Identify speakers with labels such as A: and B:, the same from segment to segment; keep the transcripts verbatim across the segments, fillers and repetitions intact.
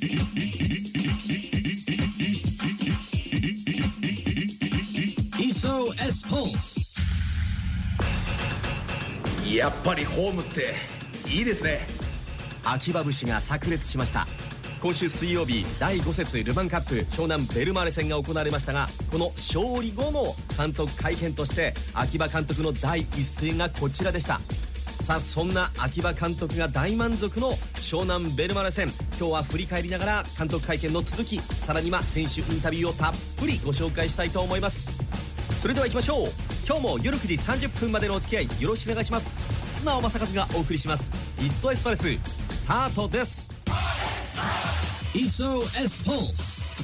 A: 磯 S ポース。
B: やっぱりホームっていいですね。
C: 秋葉節が炸裂しました。今週水曜日だいご節ルヴァンカップ湘南ベルマーレ戦が行われましたが、この勝利後の監督会見として秋葉監督の第一声がこちらでした。さあそんな秋葉監督が大満足の湘南ベルマーレ戦、今日は振り返りながら監督会見の続き、さらには選手インタビューをたっぷりご紹介したいと思います。それでは行きましょう。今日も夜くじさんじゅっぷんまでのお付き合いよろしくお願いします。綱尾正和がお送りしますイッソエスパルス、スタートです。
A: イッソ S ポース。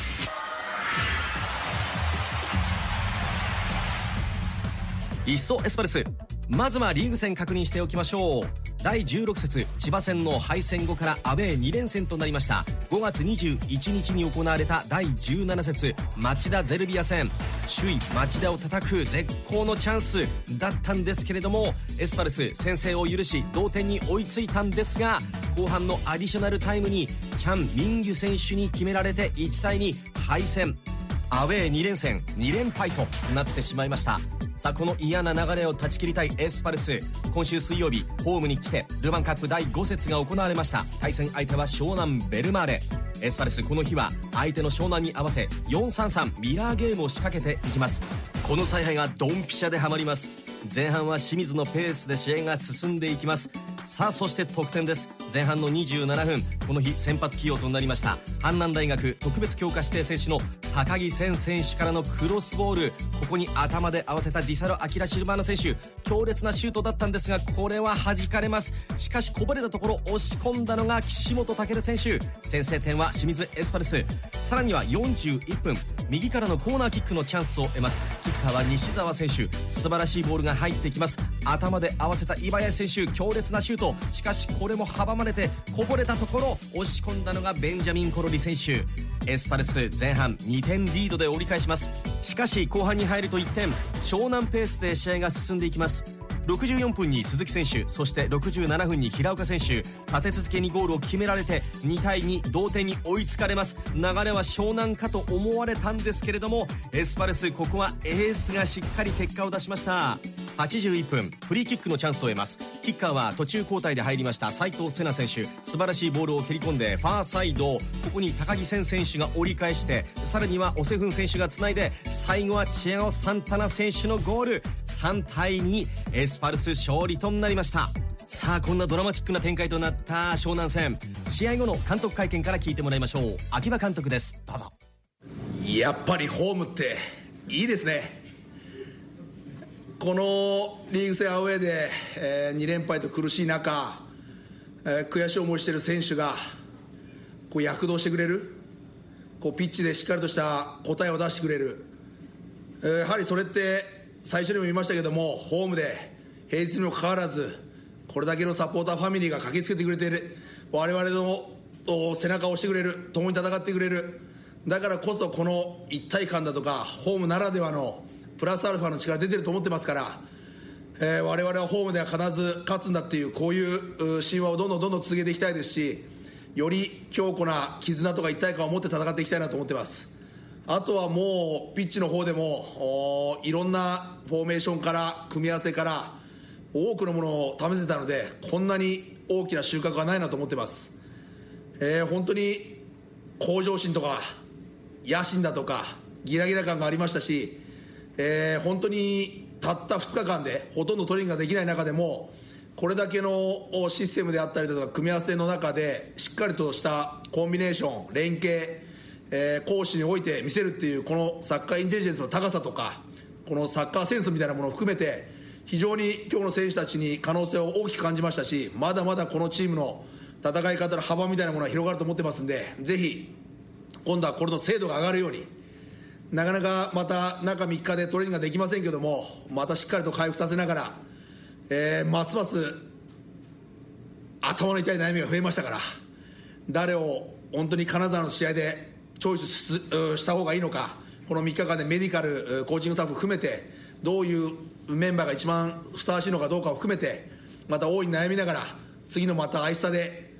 C: イッソエスパルス、まずはリーグ戦確認しておきましょう。だいじゅうろく節千葉戦の敗戦後からアウェーに連戦となりました。ごがつにじゅういちにちに行われただいじゅうなな節町田ゼルビア戦、首位町田を叩く絶好のチャンスだったんですけれども、エスパルス先制を許し同点に追いついたんですが、後半のアディショナルタイムにチャン・ミンギュ選手に決められていちたいに敗戦、アウェーに連戦に連敗となってしまいました。さあこの嫌な流れを断ち切りたいエスパルス、今週水曜日ホームに来てルヴァンカップだいご節が行われました。対戦相手は湘南ベルマーレ。エスパルスこの日は相手の湘南に合わせ よんさんさん ミラーゲームを仕掛けていきます。この采配がドンピシャでハマります。前半は清水のペースで試合が進んでいきます。さあそして得点です。前半のにじゅうななふん、この日先発起用となりました阪南大学特別強化指定選手の高木千選手からのクロスボール、ここに頭で合わせたディサロ・アキラ・シルバーナ選手、強烈なシュートだったんですが、これは弾かれます。しかしこぼれたところ押し込んだのが岸本武選手。先制点は清水エスパルス。さらにはよんじゅういっぷん、右からのコーナーキックのチャンスを得ます。キッカーは西澤選手、素晴らしいボールが入ってきます。頭で合わせた岩林選手、強烈なシュート、しかしこれも阻まれてこぼれたところ押し込んだのがベンジャミン・コロリ選手。エスパルス前半にてんリードで折り返します。しかし後半に入るといってん、湘南ペースで試合が進んでいきます。ろくじゅうよんぷんに鈴木選手、そしてろくじゅうななふんに平岡選手、立て続けにゴールを決められてにたいに同点に追いつかれます。流れは湘南かと思われたんですけれども、エスパルスここはエースがしっかり結果を出しました。はちじゅういっぷん、フリーキックのチャンスを得ます。キッカーは途中交代で入りました斉藤瀬奈選手、素晴らしいボールを蹴り込んでファーサイド、ここに高木千選手が折り返して、さらにはオセフン選手がつないで、最後はチアゴ・サンタナ選手のゴール、さんたいにエスパルス勝利となりました。さあこんなドラマチックな展開となった湘南戦、試合後の監督会見から聞いてもらいましょう。秋葉監督です、どうぞ。
B: やっぱりホームっていいですね。このリーグ戦アウェーで、えー、に連敗と苦しい中、えー、悔しい思いしている選手がこう躍動してくれる、こうピッチでしっかりとした答えを出してくれる、えー、やはりそれって最初にも言いましたけども、ホームで平日にもかかわらずこれだけのサポーターファミリーが駆けつけてくれている、我々の背中を押してくれる、共に戦ってくれる、だからこそこの一体感だとかホームならではのプラスアルファの力出てると思ってますから、えー、我々はホームでは必ず勝つんだっていう、こういう神話をどんどんどんどん続けていきたいですし、より強固な絆とか一体感を持って戦っていきたいなと思ってます。あとはもうピッチの方でもいろんなフォーメーションから組み合わせから多くのものを試せたので、こんなに大きな収穫はないなと思ってます。えー、本当に向上心とか野心だとかギラギラ感がありましたし、えー、本当にたったふつかかんでほとんどトレーニングができない中でも、これだけのシステムであったりとか組み合わせの中でしっかりとしたコンビネーション、連携、えー、攻守において見せるっていう、このサッカーインテリジェンスの高さとか、このサッカーセンスみたいなものを含めて、非常に今日の選手たちに可能性を大きく感じましたし、まだまだこのチームの戦い方の幅みたいなものは広がると思ってますんで、ぜひ今度はこれの精度が上がるように、なかなかまた中みっかでトレーニングができませんけども、またしっかりと回復させながら、えー、ますます頭の痛い悩みが増えましたから、誰を本当に金沢の試合でチョイスした方がいいのか、このみっかかんでメディカルコーチングスタッフ含めてどういうメンバーが一番ふさわしいのかどうかを含めて、また大いに悩みながら、次のまた愛しさで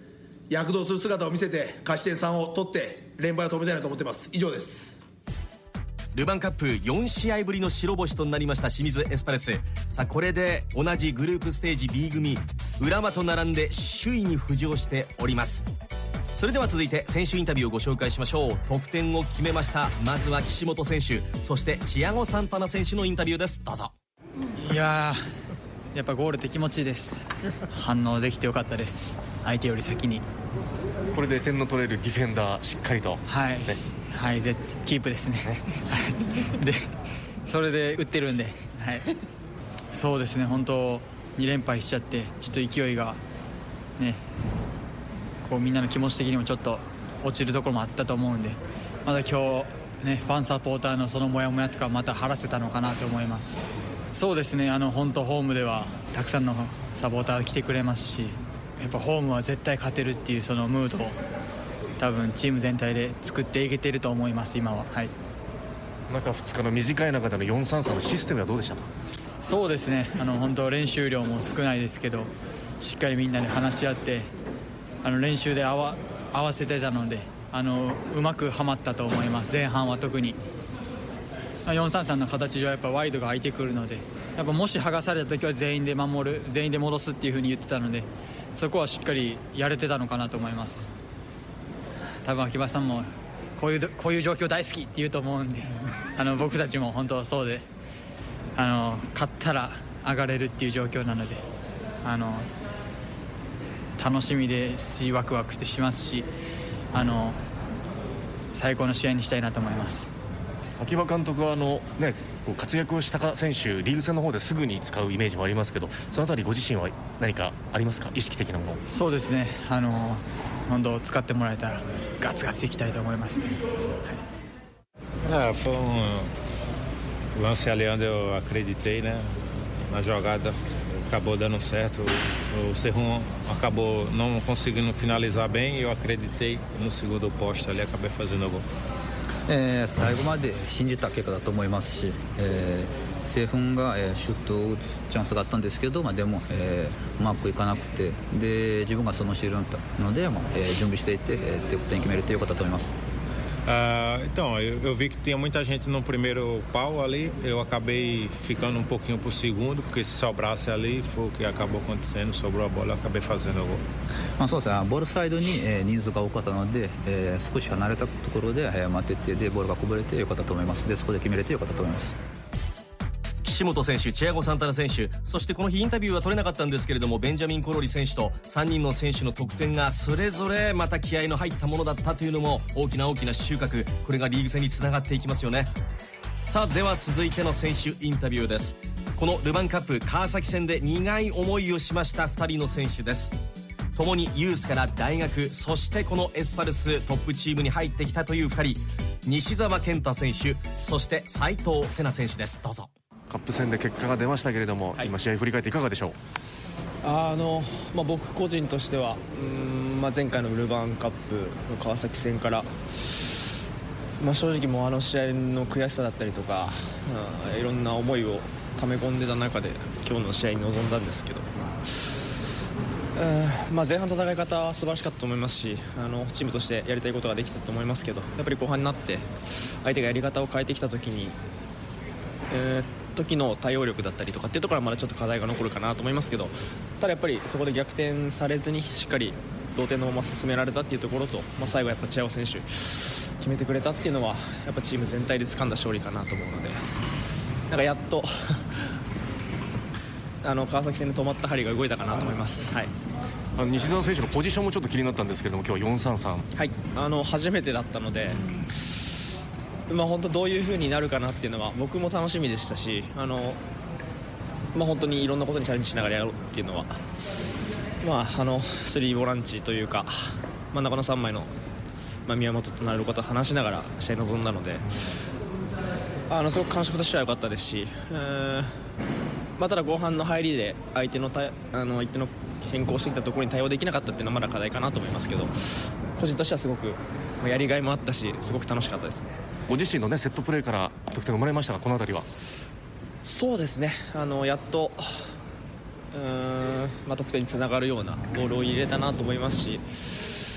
B: 躍動する姿を見せて勝ち点さんを取って連敗を止めたいなと思ってます。以上です。
C: ルヴァンカップよん試合ぶりの白星となりました清水エスパルス。さあこれで同じグループステージ B 組浦和と並んで首位に浮上しております。それでは続いて選手インタビューをご紹介しましょう。得点を決めました、まずは岸本選手、そしてチアゴ・サンタナ選手のインタビューです。どうぞ。
D: いやーやっぱゴールって気持ちいいです。反応できてよかったです、相手より先に。
E: これで点の取れるディフェンダーしっかりと、
D: はい、
E: ね、
D: はい、キープですねでそれで打ってるんで、はい、そうですね、本当に連敗しちゃってちょっと勢いがね、こうみんなの気持ち的にもちょっと落ちるところもあったと思うんで、まだ今日ねファンサポーターのそのモヤモヤとかまた晴らせたのかなと思います。そうですね、あの本当ホームではたくさんのサポーターが来てくれますし、やっぱホームは絶対勝てるっていうそのムードを多分チーム全体で作っていけてると思います今は。はい、
E: 中ふつかの短い中でのよんさんさんのシステムはどうでしたか？
D: そうですね、あの本当練習量も少ないですけどしっかりみんなで話し合ってあの練習で合わ、合わせてたのであのうまくはまったと思います。前半は特によんさんさんの形ではやっぱワイドが空いてくるので、やっぱもし剥がされた時は全員で守る、全員で戻すっていう風に言ってたので、そこはしっかりやれてたのかなと思います。多分秋葉さんもこういうこういう状況大好きって言うと思うんであの僕たちも本当そうで、あの勝ったら上がれるっていう状況なので、あの楽しみですしワクワクしてしますし、あの最高の試合にしたいなと思います。
E: 秋葉監督はあの、ね、活躍をした選手リーグ戦の方ですぐに使うイメージもありますけど、そのあたりご自身は何かありますか、意識的なもの？
D: そうですね、あの本当使ってもらえたらガツガツいきたいと思います、ね。
F: はい、foi um lance ali onde eu acreditei, né? Na jogada acabou dando certo. O Cerrón acabou não conseguindo finalizar bem e eu acreditei no segundo poste ali, acabei fazendo o gol.
G: えー、最後まで信じた結果だと思いますし、えー、セーフンが、えー、シュートを打つチャンスがあったんですけど、まあ、でも、えー、うまくいかなくて、で自分がそのシーンだったので、まあえー、準備していて、えー、得点決めれてよかったと思います。
F: Uh, então, eu, eu vi que tinha muita gente no primeiro pau ali, eu acabei ficando um pouquinho pro segundo, porque se sobrasse ali, foi o que acabou acontecendo, sobrou a bola, eu acabei fazendo o gol.
G: まあ、そうですね、ボールサイドに、えー、人数が多かったので、えー、少し離れたところで、えー、待ってて、でボールがこぼれてよかったと思います。でそこで決めれてよかったと思います。
C: 岸本選手、チアゴ・サンタナ選手、そしてこの日インタビューは取れなかったんですけれども、ベンジャミン・コロリ選手とさんにんの選手の得点がそれぞれまた気合の入ったものだったというのも大きな大きな収穫、これがリーグ戦につながっていきますよね。さあでは続いての選手インタビューです。このルヴァンカップ川崎戦で苦い思いをしましたふたりの選手です。共にユースから大学、そしてこのエスパルストップチームに入ってきたというふたり、西澤健太選手、そして斉藤瀬奈選手です。どうぞ。
E: カップ戦で結果が出ましたけれども、はい、今試合振り返っていかがでしょう？
H: あの、まあ、僕個人としてはうーん、まあ、前回のルヴァンカップの川崎戦から、まあ、正直もうあの試合の悔しさだったりとか、うん、いろんな思いを溜め込んでた中で今日の試合に臨んだんですけど、うん、まあ、前半の戦い方は素晴らしかったと思いますし、あのチームとしてやりたいことができたと思いますけど、やっぱり後半になって相手がやり方を変えてきた時に、えー時の対応力だったりとかっていうところはまだちょっと課題が残るかなと思いますけど、ただやっぱりそこで逆転されずにしっかり同点のまま進められたっていうところと、まあ、最後やっぱチアゴ選手決めてくれたっていうのはやっぱチーム全体で掴んだ勝利かなと思うので、なんかやっとあの川崎戦で止まった針が動いたかなと思います。はい、
E: あの西澤選手のポジションもちょっと気になったんですけども、今日はよんさんさん、
H: はい、あの初めてだったので、まあ、本当どういう風になるかなっていうのは僕も楽しみでしたし、あの、まあ、本当にいろんなことにチャレンジしながらやろうっていうのは、まあ、あのスリーボランチというか真ん中のさんまいの、まあ、宮本となることを話しながら試合に臨んだので、あのすごく感触としては良かったですし、えーまあ、ただ後半の入りで相手のたあの相手の変更してきたところに対応できなかったっていうのはまだ課題かなと思いますけど、個人としてはすごくやりがいもあったし、すごく楽しかったですね。
E: ご自身の、ね、セットプレーから得点が生まれましたが、この辺りは？
H: そうですね、あのやっとうーん、まあ、得点につながるようなボールを入れたなと思いますし、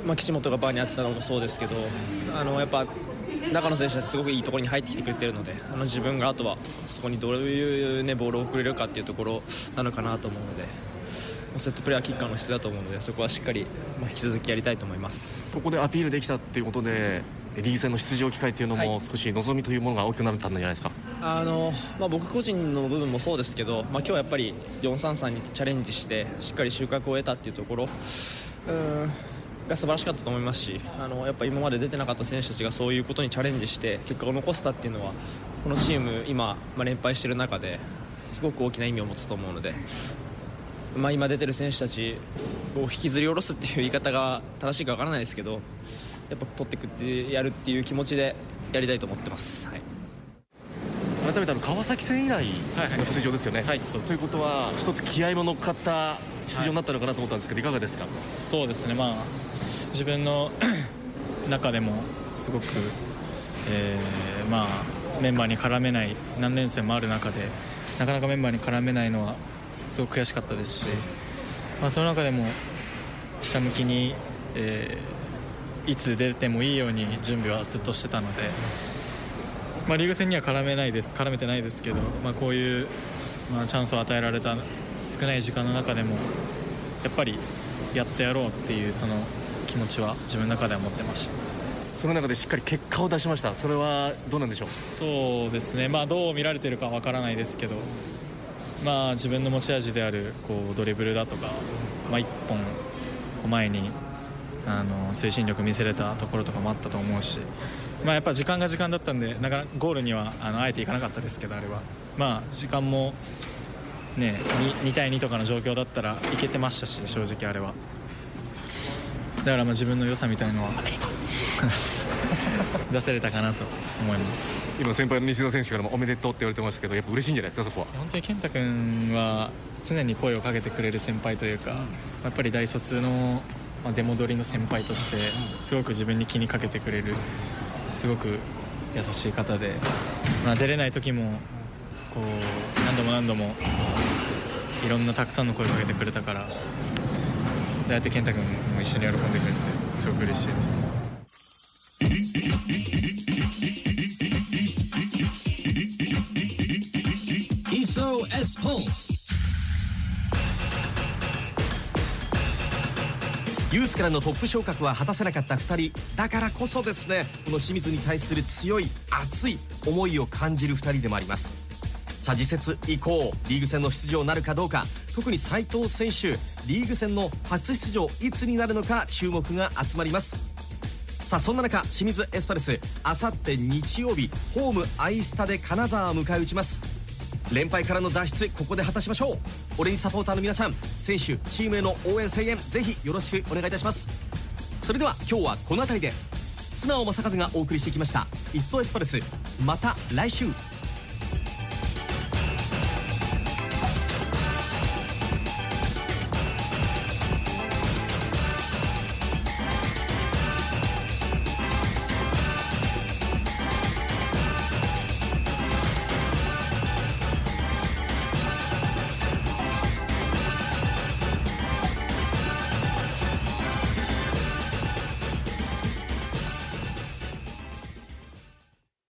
H: まあ、岸本がバーに当てたのもそうですけど、あのやっぱ中野選手はすごくいいところに入ってきてくれているので、あの自分があとはそこにどういう、ね、ボールを送れるかっていうところなのかなと思うので、セットプレーはキッカーの質だと思うので、そこはしっかり、まあ、引き続きやりたいと思います。
E: ここでアピールできたっていうことでリーグ戦の出場機会というのも少し望みというものが大きくなったんじゃないですか。
H: あのまあ、僕個人の部分もそうですけど、まあ、今日はやっぱりよんさんさんにチャレンジしてしっかり収穫を得たっていうところうんが素晴らしかったと思いますし、あのやっぱ今まで出てなかった選手たちがそういうことにチャレンジして結果を残せたっていうのは、このチーム今、まあ、連敗している中ですごく大きな意味を持つと思うので、まあ、今出てる選手たちを引きずり下ろすっていう言い方が正しいかわからないですけど、やっぱ取っていくってやるっていう気持ちでやりたいと思ってます。はい、
E: 改めてあの川崎戦以来の出場ですよね。
D: はいはいはい、そうです。
E: ということは一つ気合も乗っかった出場になったのかなと思ったんですけど、いかがですか。
D: そうですね、まあ、自分の中でもすごく、えーまあ、メンバーに絡めない何連戦もある中でなかなかメンバーに絡めないのはすごく悔しかったですし、まあ、その中でもひたむきに、えー、いつ出てもいいように準備はずっとしてたので、まあ、リーグ戦には絡めないです絡めてないですけど、まあ、こういう、まあ、チャンスを与えられた少ない時間の中でもやっぱりやってやろうっていうその気持ちは自分の中では持ってました。
E: その中でしっかり結果を出しました。それはどうなんでしょう。
D: そうですね、まあ、どう見られているかわからないですけど、まあ、自分の持ち味であるこうドリブルだとか、まあ、一本こう前にあの推進力見せれたところとかもあったと思うし、まあ、やっぱ時間が時間だったんでなかなかゴールにはあのあえていかなかったですけど、あれはまあ時間も、ね、にたいにとかの状況だったらいけてましたし、正直あれはだからまあ自分の良さみたいのは出せれたかなと思います。
E: 今先輩の西田選手からもおめでとうって言われてましたけど、やっぱ嬉しいんじゃないですか。そこは
D: 本当に健太君は常に声をかけてくれる先輩というか、やっぱり大卒の出戻りの先輩としてすごく自分に気にかけてくれるすごく優しい方で、まあ、出れない時もこう何度も何度もいろんなたくさんの声をかけてくれたから、そうやって健太君も一緒に喜んでくれてすごく嬉しいです。
A: イソー S ポルス。
C: ユースからのトップ昇格は果たせなかったふたりだからこそですね、この清水に対する強い熱い思いを感じるふたりでもあります。さあ次節以降リーグ戦の出場なるかどうか、特に斉藤選手リーグ戦の初出場いつになるのか注目が集まります。さあそんな中清水エスパルスあさって日曜日ホームアイスタで金沢を迎え撃ちます。連敗からの脱出ここで果たしましょう。オレンジサポーターの皆さん、選手チームへの応援声援ぜひよろしくお願いいたします。それでは今日はこの辺りで、綱尾正和がお送りしてきましたイッソエスパルス、また来週。